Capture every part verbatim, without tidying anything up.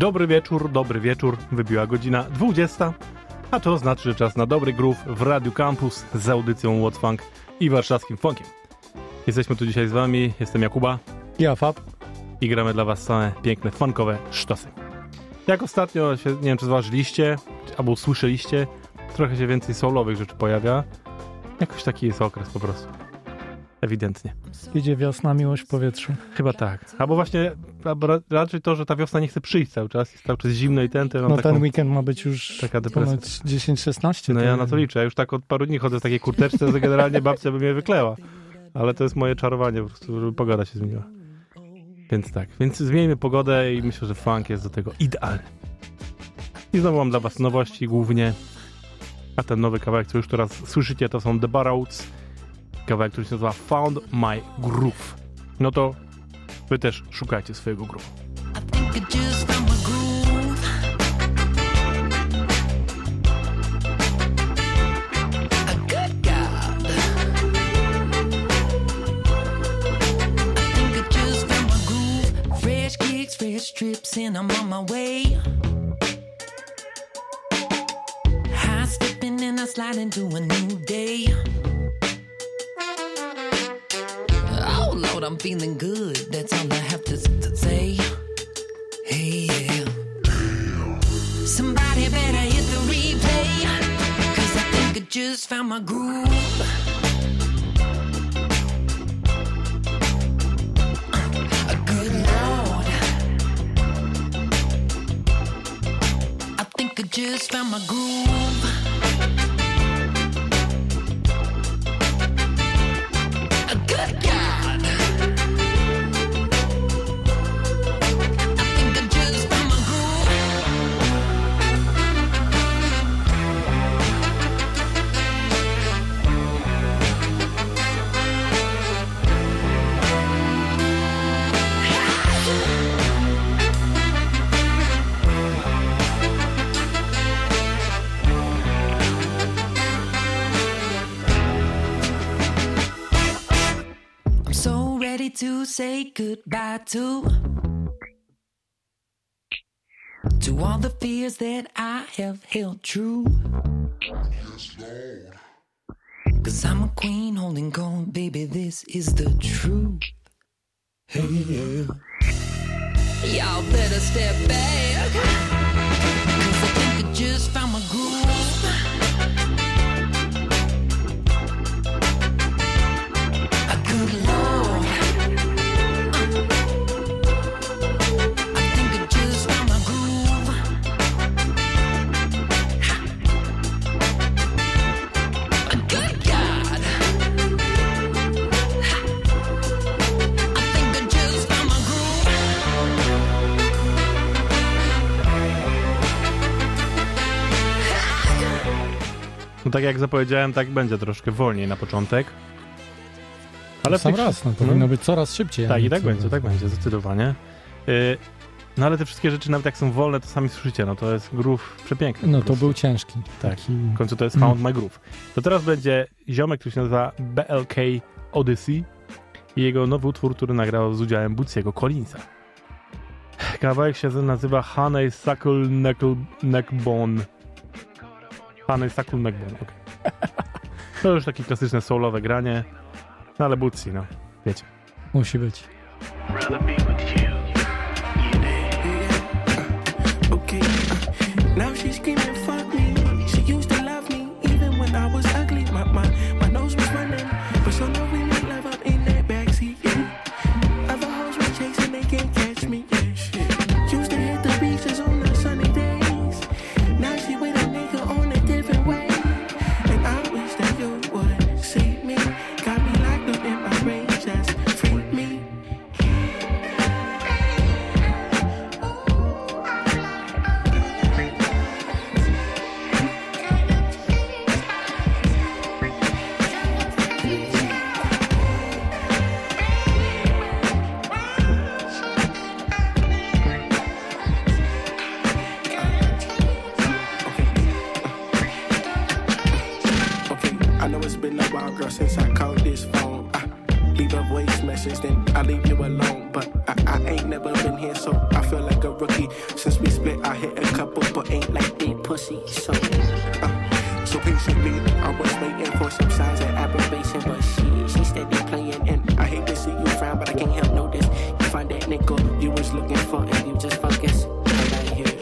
Dobry wieczór, dobry wieczór. Wybiła godzina dwudziesta, a to znaczy, że czas na dobry groove w Radiu Campus z audycją What's Funk i warszawskim funkiem. Jesteśmy tu dzisiaj z wami, jestem Jakuba. Ja, Fab. I gramy dla was same piękne, funkowe sztosy. Jak ostatnio, się, nie wiem czy zważyliście, albo usłyszeliście, trochę się więcej soulowych rzeczy pojawia. Jakoś taki jest okres po prostu. Ewidentnie. Idzie wiosna, miłość w powietrzu. Chyba tak. Albo właśnie albo raczej to, że ta wiosna nie chce przyjść cały czas. Jest cały czas zimno i ten. ten no taką, ten weekend ma być już taka depresja. dziesięć szesnaście. No ja na to liczę. Ja już tak od paru dni chodzę w takiej kurteczce, że generalnie babcia by mnie wykleła. Ale to jest moje czarowanie po prostu, żeby pogoda się zmieniła. Więc tak. Więc zmieńmy pogodę i myślę, że funk jest do tego idealny. I znowu mam dla was nowości głównie. A ten nowy kawałek, który już teraz słyszycie, to są The Barrows. Kawałek, który się nazywa Found My Groove. No to wy też szukajcie swojego groove. Fresh trips and I'm on my way. High stepping and I slide into a new day. Oh Lord, I'm feeling good. That's all I have to, to say. Hey, yeah. Somebody better hit the replay, 'cause I think I just found my groove. Just found my groove. A good God. I think I just found my groove. To say goodbye to To all the fears that I have held true. Yes, Lord. 'Cause I'm a queen holding gold, baby, this is the truth. Hey, yeah. Y'all better step back, 'cause I think I just found my groove. A good Lord. No tak jak zapowiedziałem, tak będzie troszkę wolniej na początek. Ale sam tych... raz, no powinno hmm. być coraz szybciej. Tak, i tak będzie, tak będzie, zdecydowanie. Yy, no ale te wszystkie rzeczy, nawet jak są wolne, to sami słyszycie, no to jest groove przepiękny. No to był ciężki. Tak, taki... w końcu to jest Found My Groove. To teraz będzie ziomek, który się nazywa B L K Odyssey i jego nowy utwór, który nagrał z udziałem Bootsiego Collinsa. Kawałek się nazywa Honeysuckle Neckle, Neckbone. Honeysuckle Neckbone, okej. Okay. To już takie klasyczne soulowe granie, no ale Bootsy, no, wiecie. Musi być. Now she's screaming, fuck me. She used to love me, even when I was ugly. My, my, my nose was running, but so now we make love up in that backseat, yeah. Other hoes was chasing, they can't catch me, yeah, shit. Used to hit the beaches on the sunny days. Now she with a nigga on a different way. And I wish that you would see me. Got me locked up in my brain, just free me. a voice message, then I leave you alone. But I, I ain't never been here, so I feel like a rookie. Since we split, I hit a couple, but ain't like big pussy. So, uh, so patiently, I was waiting for some signs of aberration, but she, she steady playing, and I hate to see you frown, but I can't help notice. You find that nigga you was looking for, and you just focus. I'm right here.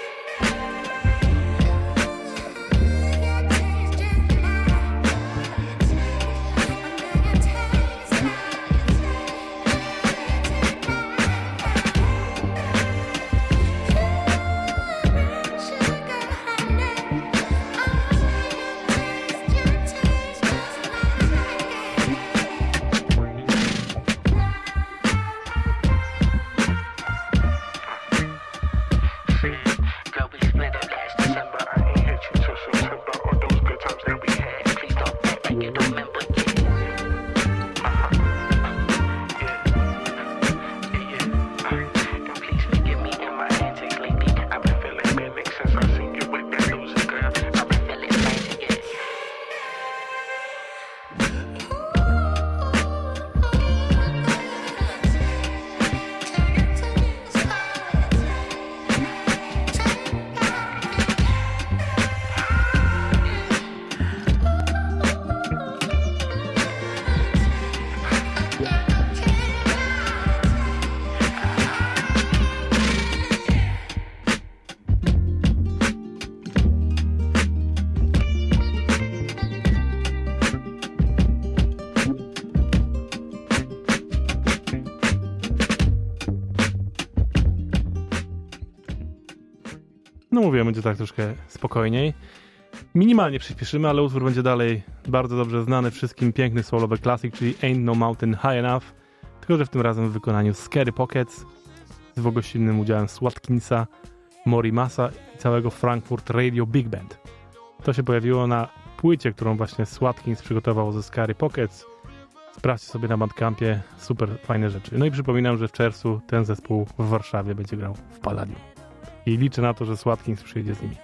No mówię, będzie tak troszkę spokojniej. Minimalnie przyspieszymy, ale utwór będzie dalej bardzo dobrze znany wszystkim, piękny soulowy klasyk, czyli Ain't No Mountain High Enough, tylko że w tym razem w wykonaniu Scary Pockets z długosilnym udziałem Swatkinsa, Mori Masa i całego Frankfurt Radio Big Band. To się pojawiło na płycie, którą właśnie Swatkins przygotował ze Scary Pockets. Sprawdźcie sobie na Bandcampie, super fajne rzeczy. No i przypominam, że w czerwcu ten zespół w Warszawie będzie grał w Palladium. I liczę na to, że Swatkins przyjdzie z nimi.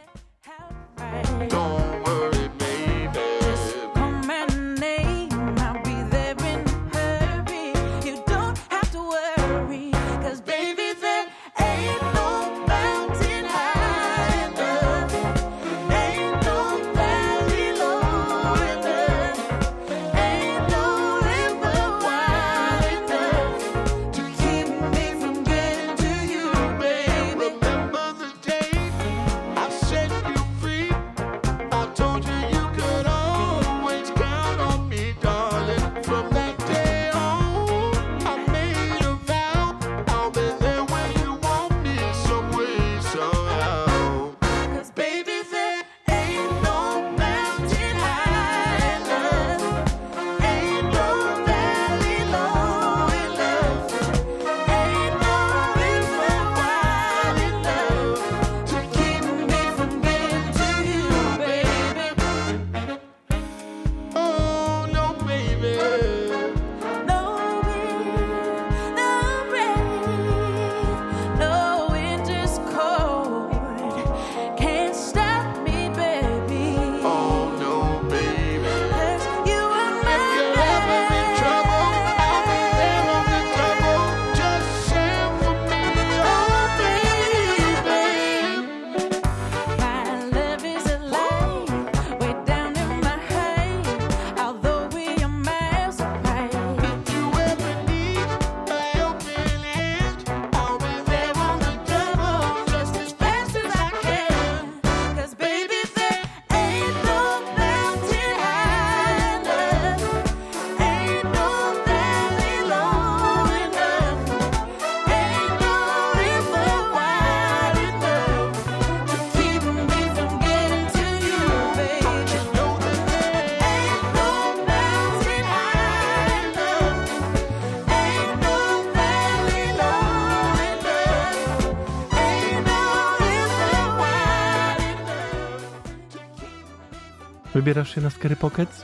Wybierasz się na Scary Pockets?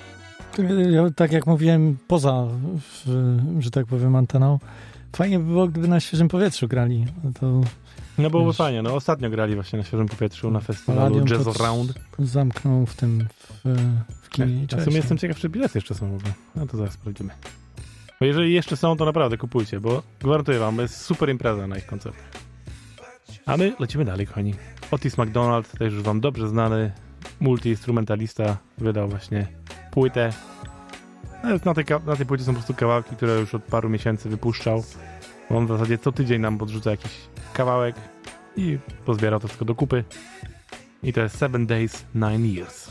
Ja, tak jak mówiłem, poza, w, że tak powiem, anteną, fajnie by było, gdyby na świeżym powietrzu grali. To, no byłoby wiesz, fajnie. No ostatnio grali właśnie na świeżym powietrzu na festiwalu Jazz Around. Zamknął w tym, w, w kinie. W sumie jestem ciekaw, czy bilety jeszcze są w ogóle. No to zaraz sprawdzimy. Bo jeżeli jeszcze są, to naprawdę kupujcie, bo gwarantuję wam, jest super impreza na ich koncertach. A my lecimy dalej, kochani. Otis McDonald, też już wam dobrze znany multi-instrumentalista, wydał właśnie płytę. Na tej, na tej płycie są po prostu kawałki, które już od paru miesięcy wypuszczał. On w zasadzie co tydzień nam podrzuca jakiś kawałek i pozbierał to wszystko do kupy. I to jest Seven Days, Nine Years.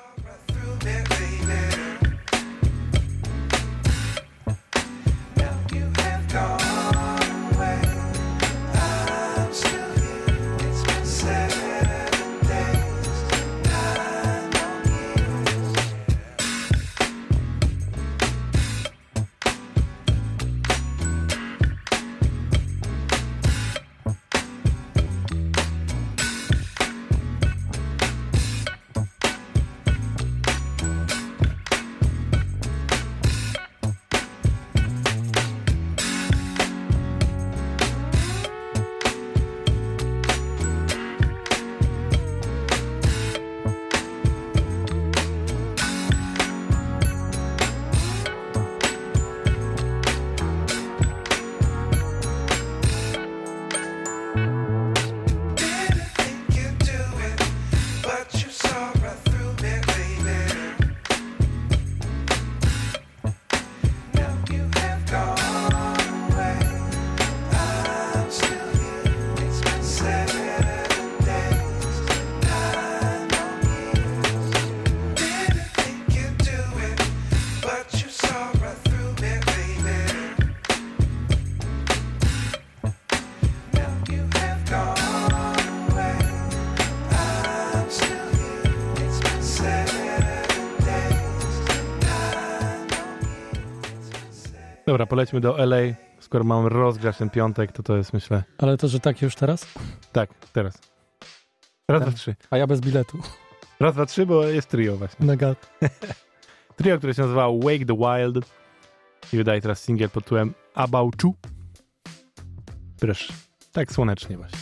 Dobra, polećmy do L A. Skoro mamy rozgrzać ten piątek, to to jest, myślę... Ale to, że tak już teraz? Tak, teraz. Raz, tak. dwa, trzy. A ja bez biletu. Raz, dwa, trzy, bo jest trio właśnie. Negat. Trio, które się nazywa Wake the Wild i wydaje teraz singiel pod tytułem About You. Proszę, tak słonecznie właśnie.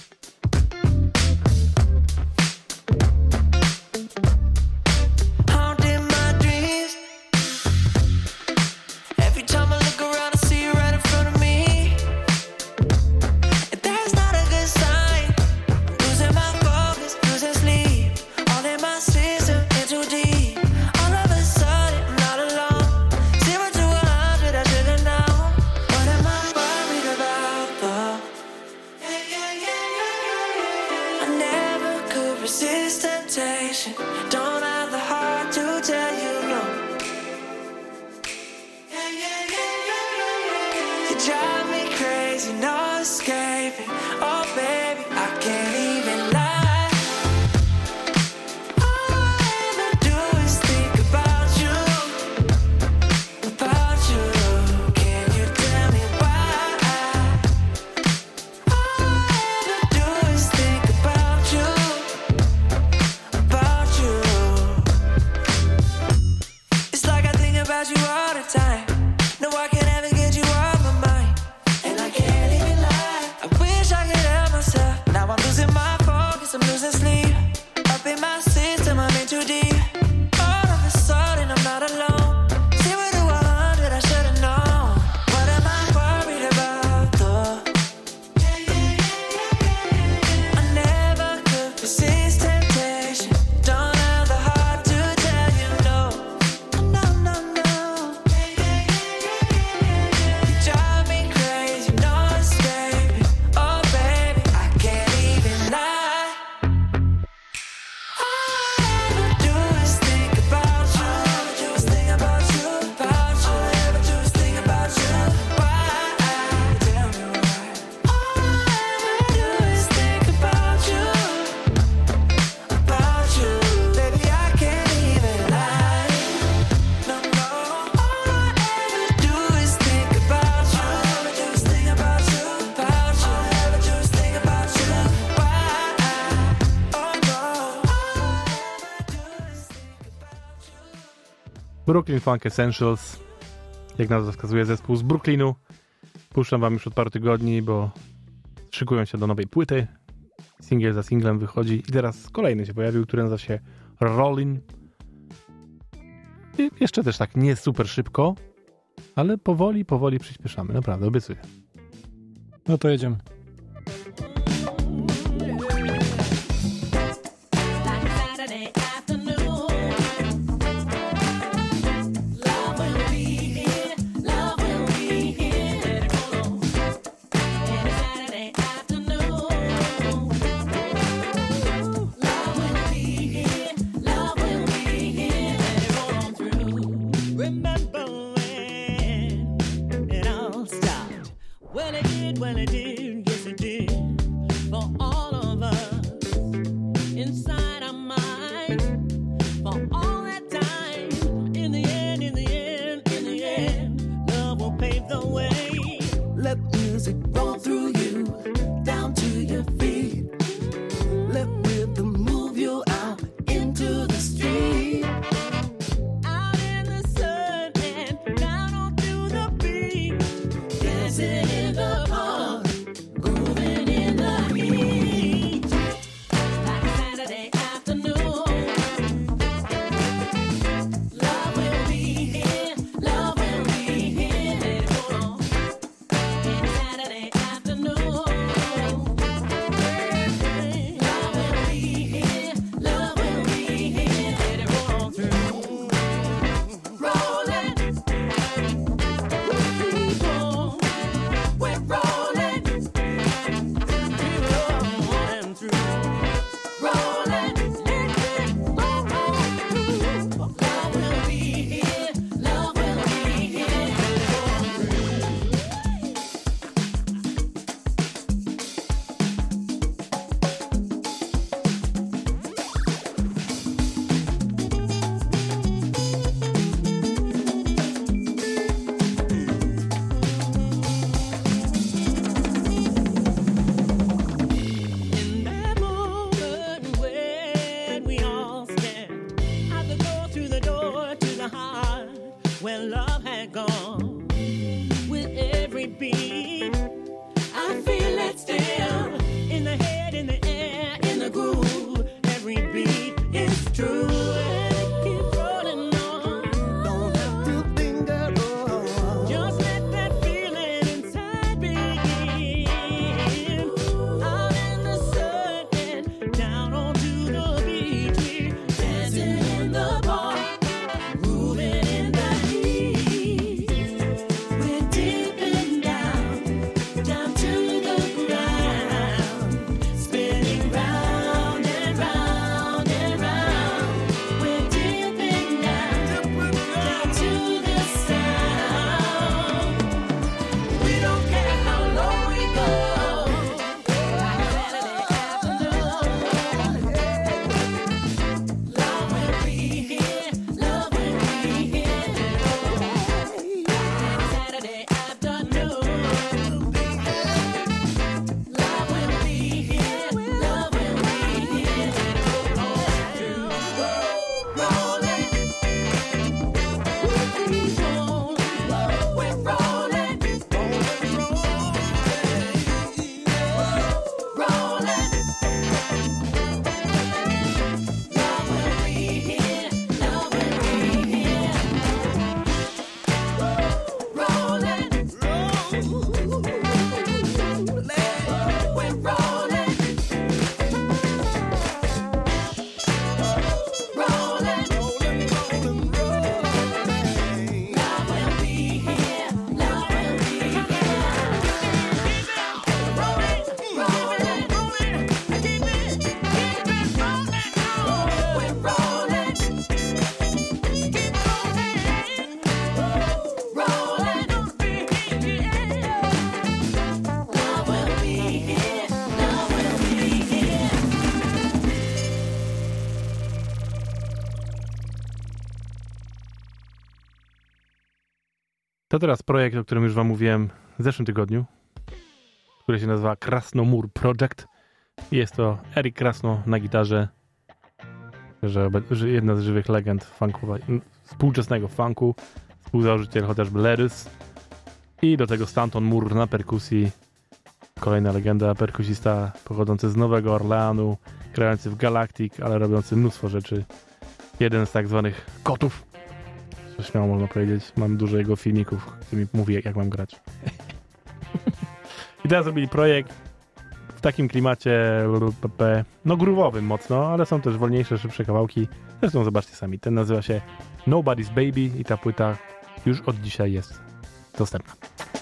Brooklyn Funk Essentials, jak nazwa wskazuje, zespół z Brooklynu. Puszczam wam już od paru tygodni, bo szykują się do nowej płyty. Singiel za singlem wychodzi i teraz kolejny się pojawił, który nazywa się Rollin. I jeszcze też tak nie super szybko, Ale powoli, powoli przyspieszamy. Naprawdę, obiecuję. No to jedziemy. To teraz projekt, o którym już wam mówiłem w zeszłym tygodniu, który się nazywa Krasnomur Project. Jest to Eric Krasno na gitarze, że, że jedna z żywych legend funkowej, współczesnego funku, współzałożyciel chociażby Lerys, i do tego Stanton Moore na perkusji, kolejna legenda, perkusista pochodzący z Nowego Orleanu, grający w Galactic, ale robiący mnóstwo rzeczy. Jeden z tak zwanych kotów To śmiało można powiedzieć. Mam dużo jego filmików, który mi mówi, jak mam grać. I teraz zrobili projekt w takim klimacie no grówowym mocno, ale są też wolniejsze, szybsze kawałki. Zresztą zobaczcie sami. Ten nazywa się Nobody's Baby i ta płyta już od dzisiaj jest dostępna.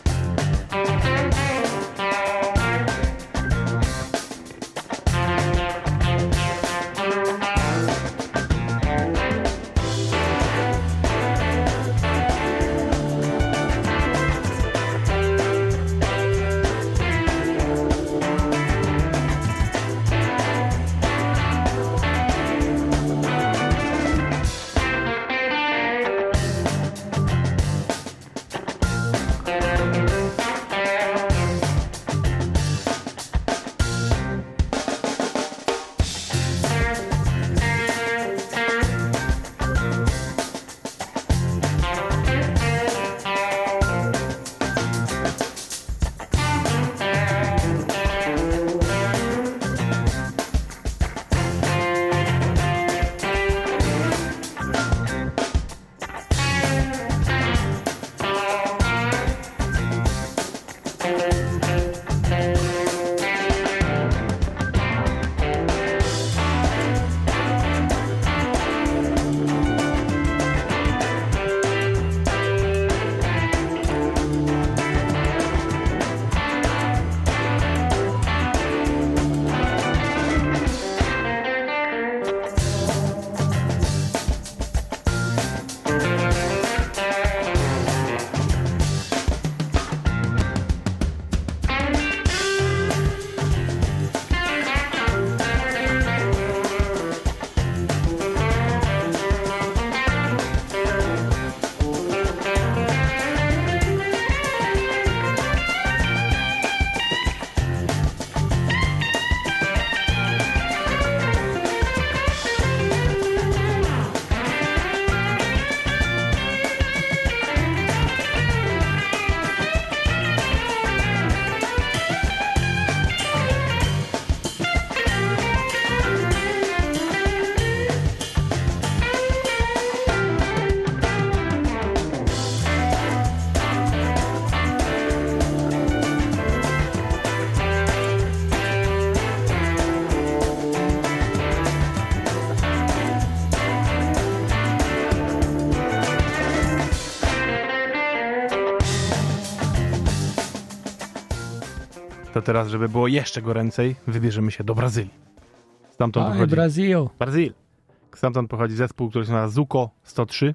To teraz, żeby było jeszcze goręcej, wybierzemy się do Brazylii. Stamtąd Aj, pochodzi... Brazil. Brazil. Stamtąd pochodzi zespół, który się nazywa Zuko sto trzy.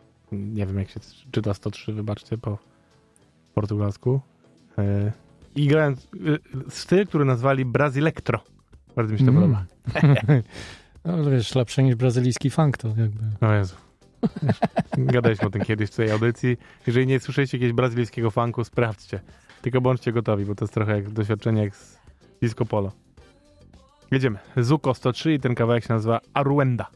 Nie wiem, jak się czyta sto trzy, wybaczcie, po portugalsku. Yy. I grałem yy, styl, który nazwali Brazilektro. Bardzo mi się to Mm. podoba. No, ale wiesz, lepsze niż brazylijski funk to jakby. O Jezu. Gadaliśmy o tym kiedyś w tej audycji. Jeżeli nie słyszeliście jakiegoś brazylijskiego funku, sprawdźcie. Tylko bądźcie gotowi, bo to jest trochę jak doświadczenie jak z disco polo. Jedziemy. Zuko sto trzy i ten kawałek się nazywa Aruenda.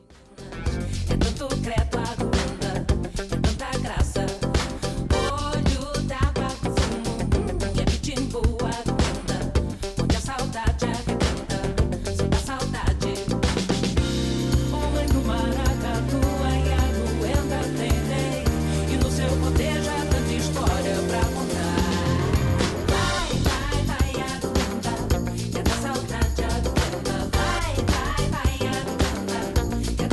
Vai, vai, vai, Aruenda.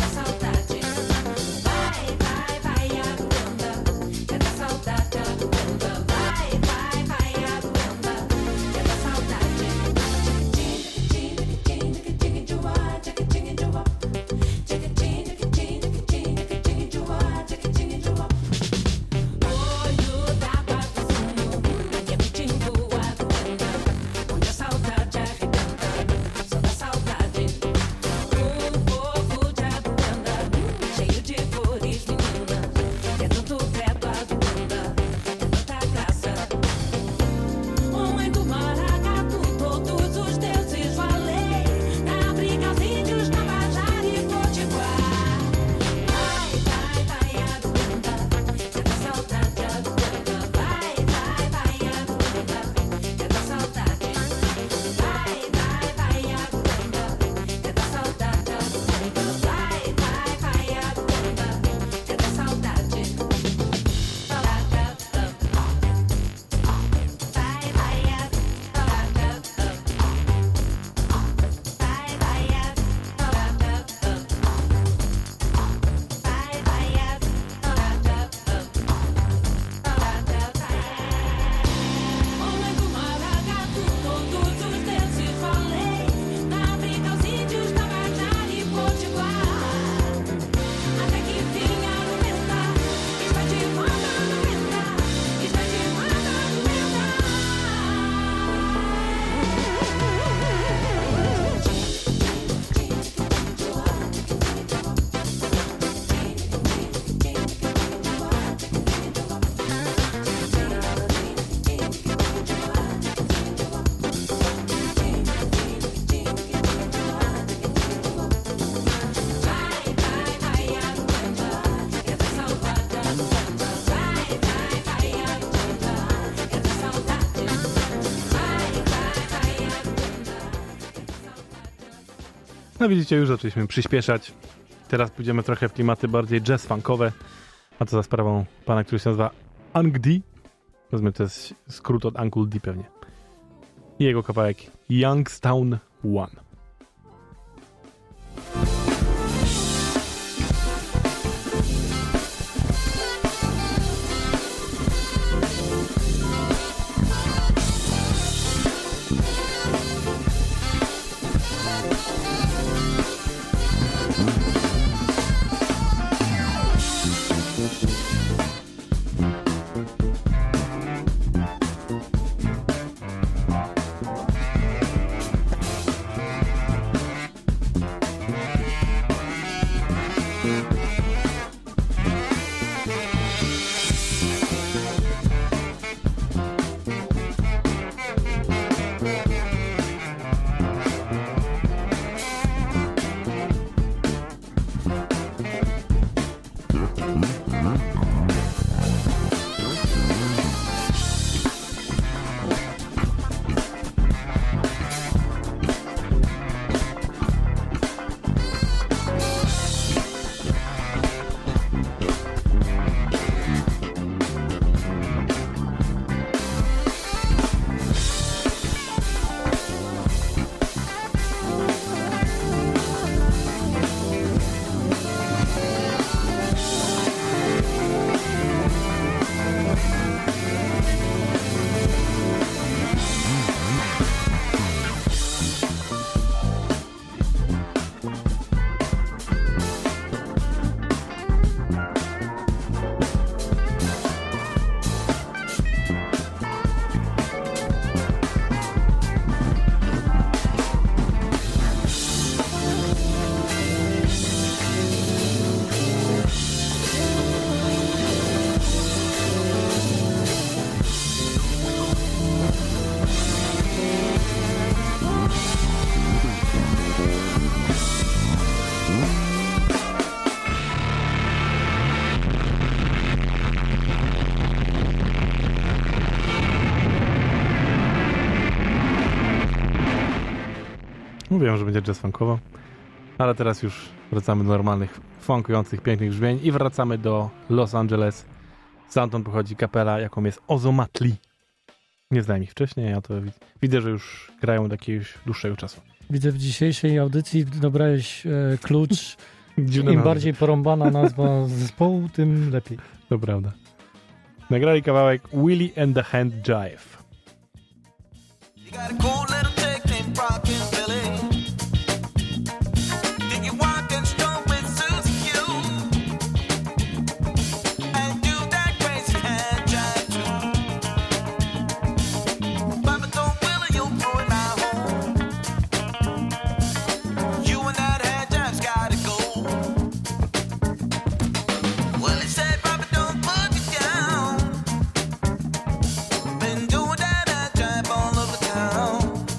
No widzicie, już zaczęliśmy przyspieszać. Teraz pójdziemy trochę w klimaty bardziej jazz-funkowe, a to za sprawą pana, który się nazywa Ang D. Rozumiem, to jest skrót od Uncle D pewnie. I jego kawałek Youngstown One. Mówiłem, że będzie jazz funkowo, ale teraz już wracamy do normalnych, funkujących, pięknych brzmień i wracamy do Los Angeles. Stamtąd pochodzi kapela, jaką jest Ozomatli. Nie znałem ich wcześniej, ja to widzę, że już grają od jakiegoś dłuższego czasu. Widzę, w dzisiejszej audycji dobrałeś e, klucz. Dziwne Im nazwy. bardziej porąbana nazwa zespołu, tym lepiej. To prawda. Nagrali kawałek Willie and the Hand Jive. You got a cool little chick named Rockin' Billy. Did you walk and stroll with Susie Q? And do that crazy hand jive too? Papa don't will you ruin my home. You and that hand jive's gotta go. Well, he said, Papa don't put me down. Been doing that hand jive all over town.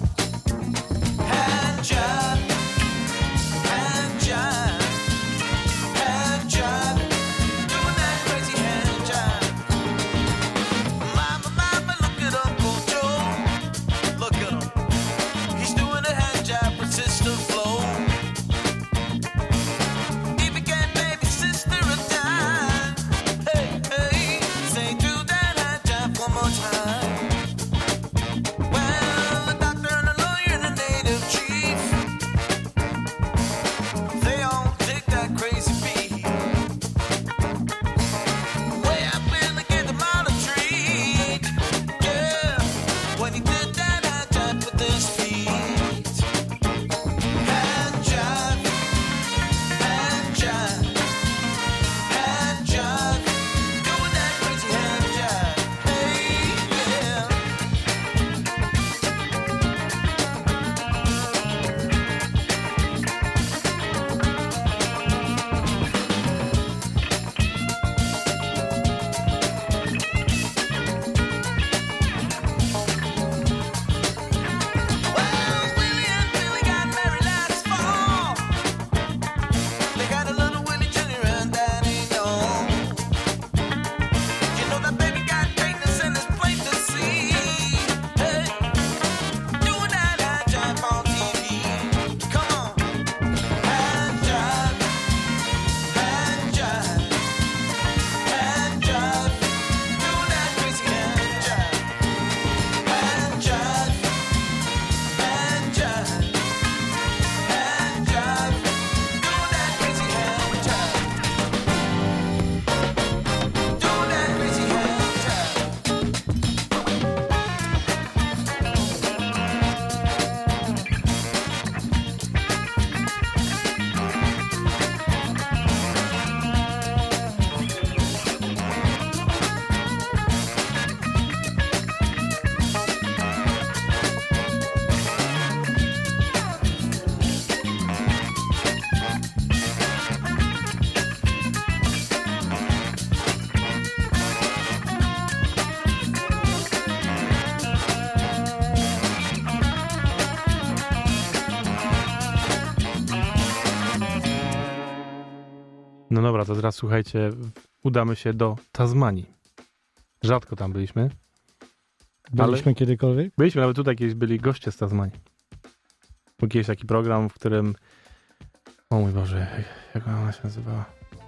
No dobra, to teraz słuchajcie, udamy się do Tasmanii. Rzadko tam byliśmy. Byliśmy ale... kiedykolwiek? Byliśmy, nawet tutaj kiedyś byli goście z Tasmanii. Był kiedyś taki program, w którym... O mój Boże, jak, jak ona się nazywała?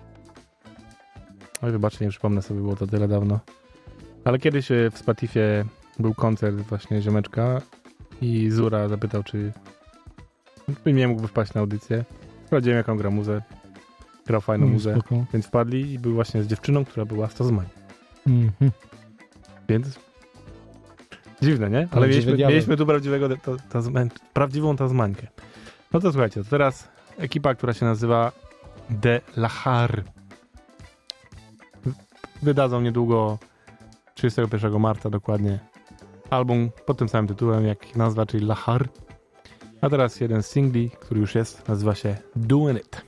Oj, wybaczcie, nie przypomnę sobie, było to tyle dawno. Ale kiedyś w Spatifie był koncert właśnie ziomeczka i Zura zapytał, czy nie mógłby wpaść na audycję. Sprawdziłem, jaką gra muzę. Grał fajną Mm, muzę, spoko. więc wpadli i był właśnie z dziewczyną, która była z Tasmanii. Mhm. Więc dziwne, nie? Ale Prawdziwy mieliśmy, diabeł. mieliśmy tu prawdziwego, ta, ta, prawdziwą Tasmańkę. No to słuchajcie, to teraz ekipa, która się nazywa De Lahar. Wydadzą niedługo trzydziestego pierwszego marca dokładnie album pod tym samym tytułem jak nazwa, czyli Lahar. A teraz jeden z singli, który już jest, nazywa się Doing It.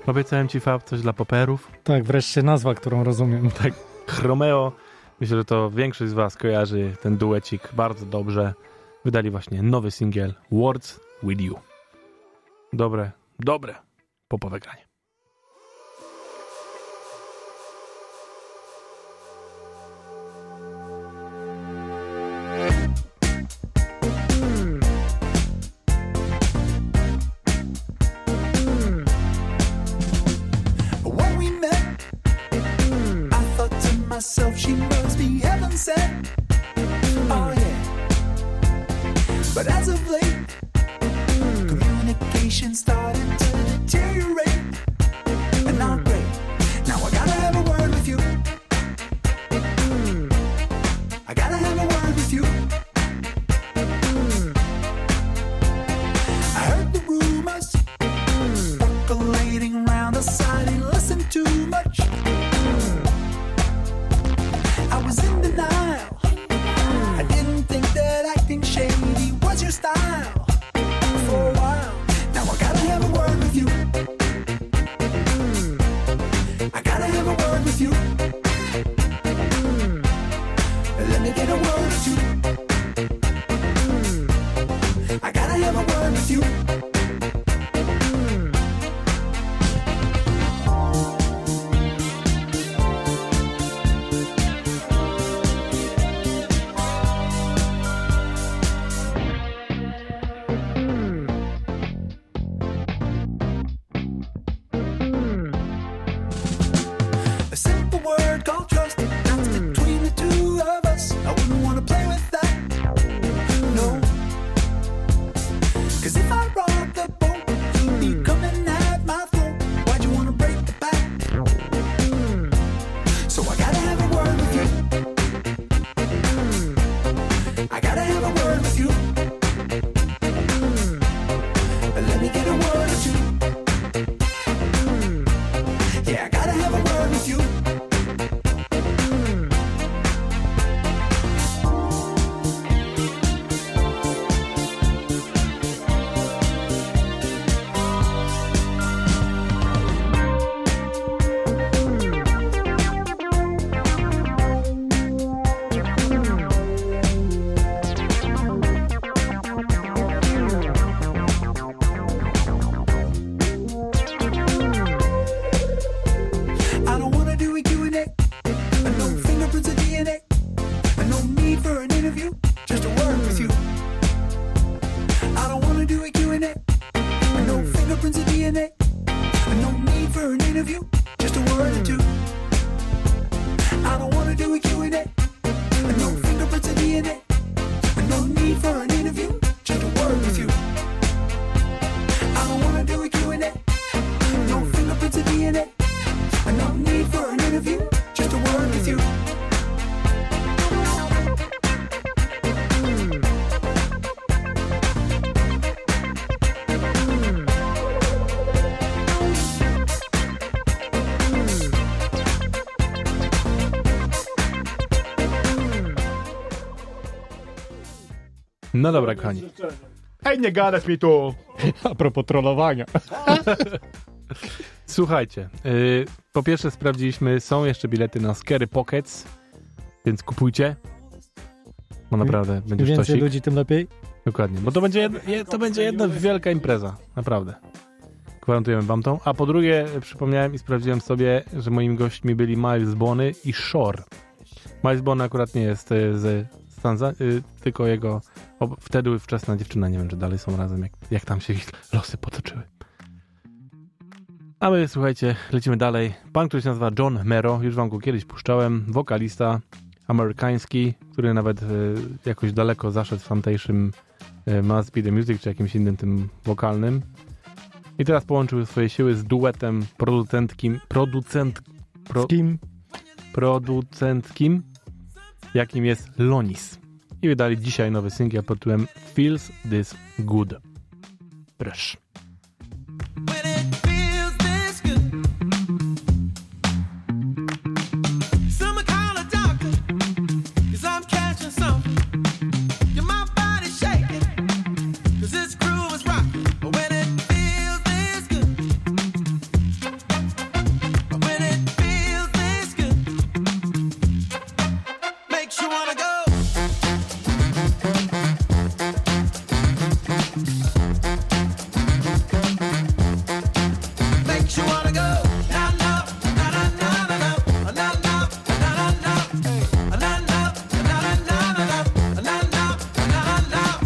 Obiecałem ci, Fab, coś dla poperów. Tak, wreszcie nazwa, którą rozumiem. Tak, Chromeo. Myślę, że to większość z was kojarzy ten duecik bardzo dobrze. Wydali właśnie nowy singiel Words With You. Dobre, dobre popowe granie. Myself, she must be heaven sent. Oh yeah. But as of late, communication started to deteriorate. And not great. Now I gotta have a word with you. I gotta have a word with you. I heard the rumors percolating around the side and listened too much. I was in denial. I didn't think that acting shady was your style for a while. Now I gotta have a word with you. I gotta have a word with you. Let me get a word with you. I gotta have a word with you. No dobra, kochani. Ej, nie gadać mi tu! A propos trollowania. Słuchajcie, yy, po pierwsze sprawdziliśmy, są jeszcze bilety na Scary Pockets, więc kupujcie. Bo naprawdę będzie Im więcej sztosik. ludzi, tym lepiej. Dokładnie, bo to będzie, jedna, to będzie jedna wielka impreza, naprawdę. Gwarantujemy wam tą. A po drugie, przypomniałem i sprawdziłem sobie, że moimi gośćmi byli Miles Bony i Shore. Miles Bony akurat nie jest z Tanzanii, tylko jego o, wtedy wczesna dziewczyna, nie wiem, czy dalej są razem, jak, jak tam się ich losy potoczyły. A my, słuchajcie, lecimy dalej. Pan, który się nazywa John Mero, już wam go kiedyś puszczałem, wokalista amerykański, który nawet e, jakoś daleko zaszedł w tamtejszym e, Must Be The Music, czy jakimś innym tym wokalnym. I teraz połączył swoje siły z duetem producentkim, producent, pro, Kim? producentkim, jakim jest Lonis. I wydali dzisiaj nowy singiel pod tytułem Feels This Good. Proszę. Makes you wanna go. Na na na na na na na na na na na na na na na na na.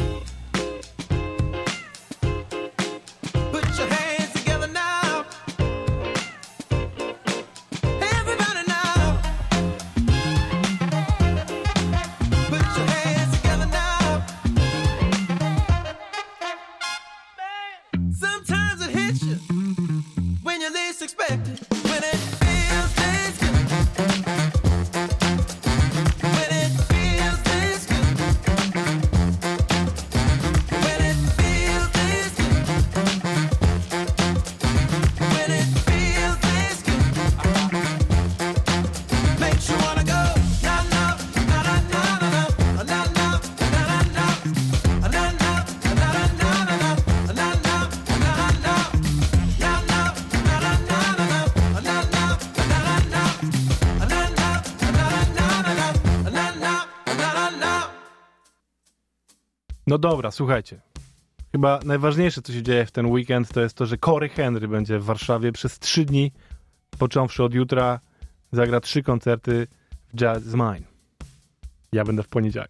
Put your hands together now. Everybody now. Put your hands together now. Sometimes it hits you when you least expect it. When it feels this good. When it feels this good. When it feels this good. When it feels this good. Makes you wanna go. Na na na na na na na na na na na na na na na na na na. No dobra, słuchajcie. Chyba najważniejsze, co się dzieje w ten weekend, to jest to, że Corey Henry będzie w Warszawie przez trzy dni, począwszy od jutra, zagra trzy koncerty w Jazz is Mine. Ja będę w poniedziałek.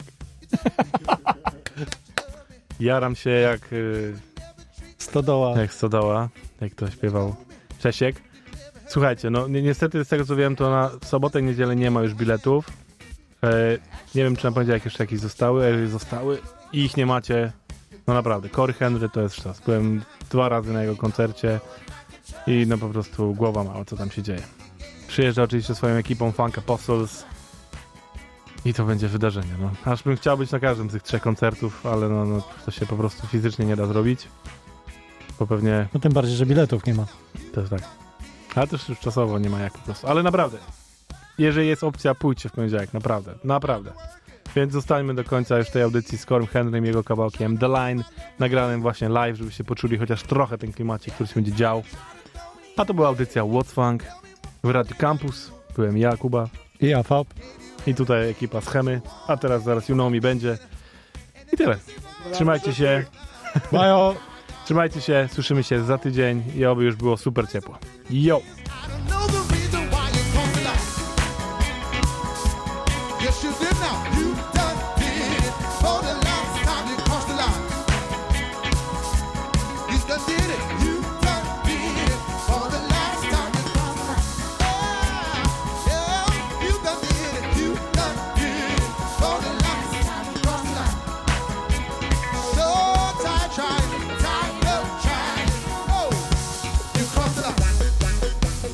Jaram się jak... Yy, Stodoła. Jak Stodoła, jak to śpiewał Czesiek. Słuchajcie, no ni- niestety z tego co wiem, to na sobotę i niedzielę nie ma już biletów. E, nie wiem, czy na poniedziałek jeszcze jakieś zostały, a jeżeli zostały i ich nie macie, no naprawdę, Corey Henry to jest sztos. Byłem dwa razy na jego koncercie i no po prostu głowa mała, co tam się dzieje. Przyjeżdża oczywiście swoją ekipą Funk Apostles i to będzie wydarzenie. No. Aż bym chciał być na każdym z tych trzech koncertów, ale no, no, to się po prostu fizycznie nie da zrobić. Bo pewnie No tym bardziej, że biletów nie ma. to jest tak. Ale też już czasowo nie ma jak po prostu. Ale naprawdę, jeżeli jest opcja, pójdźcie w poniedziałek. Naprawdę, naprawdę. Więc zostańmy do końca już tej audycji z Corym Henrym i jego kawałkiem The Line, nagranym właśnie live, żebyście poczuli chociaż trochę ten klimacik, który się będzie dział. A to była audycja What's Funk w Radio Campus. Byłem ja, Kuba. I A F A P. I tutaj ekipa z Chemy. A teraz zaraz You Know Me będzie. I tyle. Trzymajcie się. Mają. Trzymajcie się. Słyszymy się za tydzień i oby już było super ciepło. Yo! know the reason why you crossed the line. Yes, you did now. You done did it for the last time you crossed the line. You done did it. You done did it for the last time you crossed the line. Yeah, yeah, you done did it. You done did it for the last time you crossed the line. So tired trying, tired of trying. Oh, you crossed the line.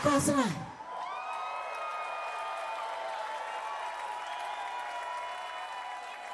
across the line.